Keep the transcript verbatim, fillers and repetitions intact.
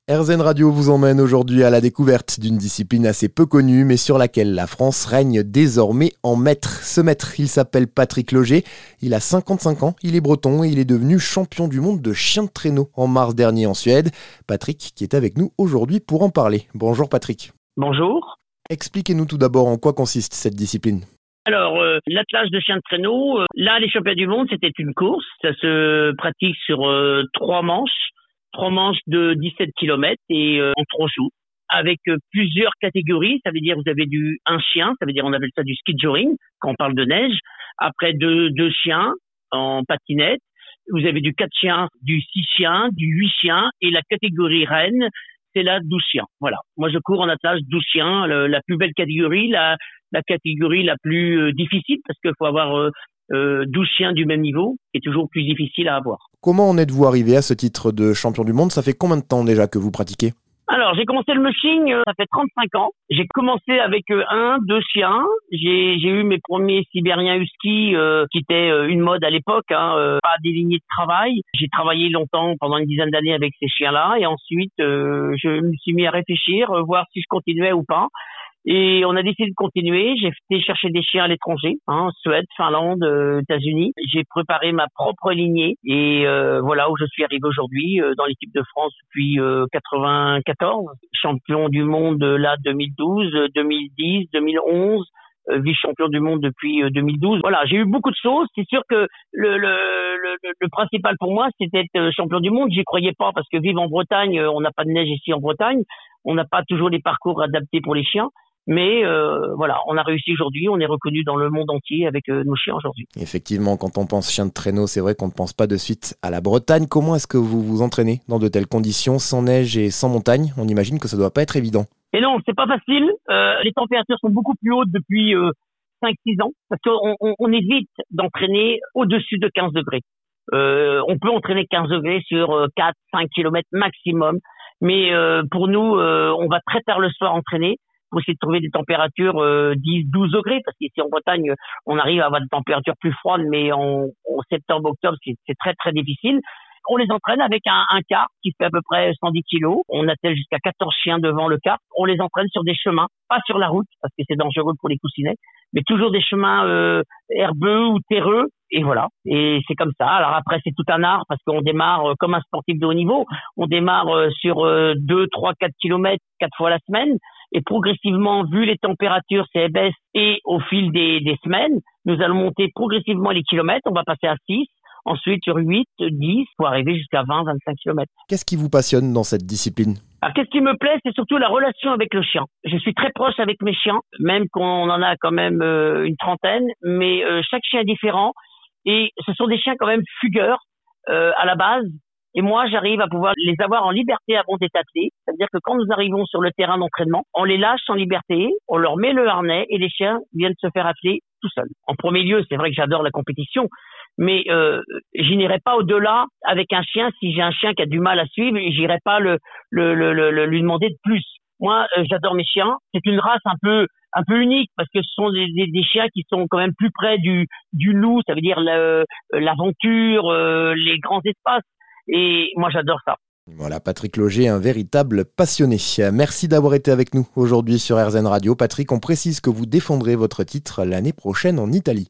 R Z N Radio vous emmène aujourd'hui à la découverte d'une discipline assez peu connue, mais sur laquelle la France règne désormais en maître. Ce maître, il s'appelle Patrick Loger, il a cinquante-cinq ans, il est breton et il est devenu champion du monde de chien de traîneau en mars dernier en Suède. Patrick qui est avec nous aujourd'hui pour en parler. Bonjour Patrick. Bonjour. Expliquez-nous tout d'abord en quoi consiste cette discipline. Alors, euh, l'attelage de chien de traîneau, euh, là, les championnats du monde, c'était une course. Ça se pratique sur euh, trois manches. Trois manches de dix-sept kilomètres et euh, en trois jours, avec euh, plusieurs catégories. Ça veut dire vous avez du un chien, ça veut dire on appelle ça du ski joring quand on parle de neige. Après deux deux chiens en patinette. Vous avez du quatre chiens, du six chiens, du huit chiens et la catégorie reine, c'est la douze chiens. Voilà. Moi je cours en attelage douze chiens, le, la plus belle catégorie, la la catégorie la plus euh, difficile parce qu'il faut avoir euh, Euh, douze chiens du même niveau, qui est toujours plus difficile à avoir. Comment en êtes-vous arrivé à ce titre de champion du monde ? Ça fait combien de temps déjà que vous pratiquez ? Alors, j'ai commencé le mushing, euh, ça fait trente-cinq ans. J'ai commencé avec euh, un, deux chiens. J'ai, j'ai eu mes premiers sibériens husky, euh, qui étaient euh, une mode à l'époque, hein, euh, pas des lignées de travail. J'ai travaillé longtemps, pendant une dizaine d'années avec ces chiens-là, et ensuite, euh, je me suis mis à réfléchir, euh, voir si je continuais ou pas. Et on a décidé de continuer. J'ai été chercher des chiens à l'étranger, hein, Suède, Finlande, euh, États-Unis. J'ai préparé ma propre lignée et euh, voilà où je suis arrivé aujourd'hui euh, dans l'équipe de France depuis euh, quatre-vingt-quatorze, champion du monde euh, là deux mille douze, deux mille dix, deux mille onze, euh, vice-champion du monde depuis euh, deux mille douze. Voilà, j'ai eu beaucoup de choses. C'est sûr que le, le, le, le principal pour moi, c'était d'être champion du monde. J'y croyais pas parce que vivre en Bretagne, on n'a pas de neige ici en Bretagne. On n'a pas toujours les parcours adaptés pour les chiens. Mais euh, voilà, on a réussi aujourd'hui, on est reconnu dans le monde entier avec euh, nos chiens aujourd'hui. Effectivement, quand on pense chien de traîneau, c'est vrai qu'on ne pense pas de suite à la Bretagne. Comment est-ce que vous vous entraînez dans de telles conditions, sans neige et sans montagne ? On imagine que ça ne doit pas être évident. Et non, c'est pas facile. Euh, les températures sont beaucoup plus hautes depuis euh, cinq six ans, parce qu'on on, on évite d'entraîner au-dessus de quinze degrés. Euh, on peut entraîner quinze degrés sur euh, quatre cinq kilomètres maximum, mais euh, pour nous, euh, on va très tard le soir entraîner, pour essayer de trouver des températures euh, dix douze degrés, parce qu'ici en Bretagne, on arrive à avoir des températures plus froides, mais en, en septembre, octobre, c'est, c'est très très difficile. On les entraîne avec un, un kart qui fait à peu près cent dix kilos. On attelle jusqu'à quatorze chiens devant le kart. On les entraîne sur des chemins, pas sur la route, parce que c'est dangereux pour les coussinets, mais toujours des chemins euh, herbeux ou terreux. Et voilà, et c'est comme ça. Alors après, c'est tout un art parce qu'on démarre euh, comme un sportif de haut niveau. On démarre euh, sur euh, deux, trois, quatre kilomètres, quatre fois la semaine. Et progressivement, vu les températures, c'est baisse. Et au fil des, des semaines, nous allons monter progressivement les kilomètres. On va passer à six, ensuite sur huit, dix, pour arriver jusqu'à vingt, vingt-cinq kilomètres. Qu'est-ce qui vous passionne dans cette discipline ? Alors, qu'est-ce qui me plaît, c'est surtout la relation avec le chien. Je suis très proche avec mes chiens, même qu'on en a quand même euh, une trentaine, mais euh, chaque chien est différent. Et ce sont des chiens quand même fugueurs euh, à la base. Et moi, j'arrive à pouvoir les avoir en liberté avant d'être attelés. C'est-à-dire que quand nous arrivons sur le terrain d'entraînement, on les lâche en liberté, on leur met le harnais et les chiens viennent se faire atteler tout seuls. En premier lieu, c'est vrai que j'adore la compétition, mais euh, je n'irai pas au-delà avec un chien. Si j'ai un chien qui a du mal à suivre, j'irai pas le, le, le, le, le lui demander de plus. Moi, euh, j'adore mes chiens. C'est une race un peu un peu unique parce que ce sont des, des, des chiens qui sont quand même plus près du, du loup, ça veut dire le, l'aventure, euh, les grands espaces. Et moi, j'adore ça. Voilà, Patrick Loger, un véritable passionné. Merci d'avoir été avec nous aujourd'hui sur R Z N Radio. Patrick, on précise que vous défendrez votre titre l'année prochaine en Italie.